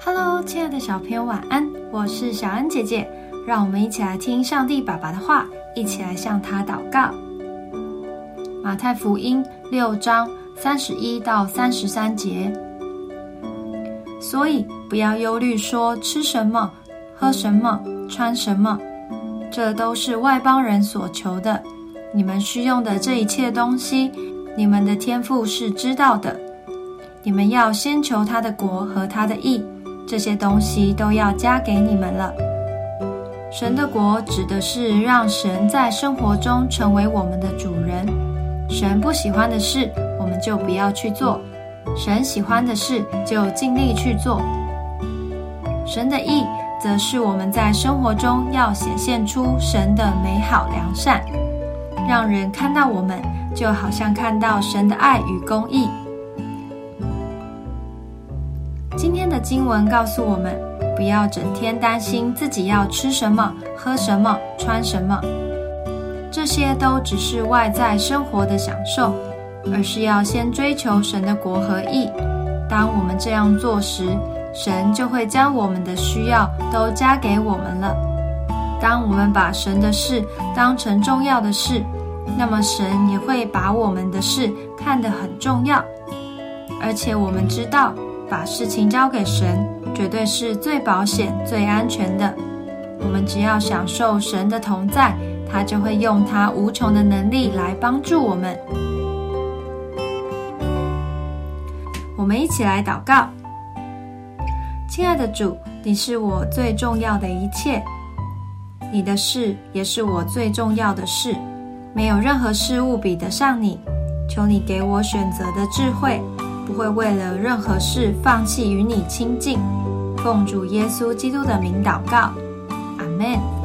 Hello， 亲爱的小朋友晚安，我是小恩姐姐，让我们一起来听上帝爸爸的话，一起来向他祷告。马太福音6章31到33节，所以不要忧虑说吃什么、喝什么、穿什么，这都是外邦人所求的。你们需用的这一切东西，你们的天父是知道的。你们要先求他的国和他的义，这些东西都要加给你们了。神的国指的是让神在生活中成为我们的主人。神不喜欢的事，我们就不要去做；神喜欢的事，就尽力去做。神的义，则是我们在生活中要显现出神的美好良善，让人看到我们，就好像看到神的爱与公义。今天的经文告诉我们，不要整天担心自己要吃什么、喝什么、穿什么，这些都只是外在生活的享受，而是要先追求神的国和义。当我们这样做时，神就会将我们的需要都加给我们了。当我们把神的事当成重要的事，那么神也会把我们的事看得很重要。而且我们知道，把事情交给神，绝对是最保险、最安全的。我们只要享受神的同在，他就会用他无穷的能力来帮助我们。我们一起来祷告。亲爱的主，你是我最重要的一切，你的事也是我最重要的事，没有任何事物比得上你。求你给我选择的智慧，不会为了任何事放弃与你亲近。奉主耶稣基督的名祷告，阿们。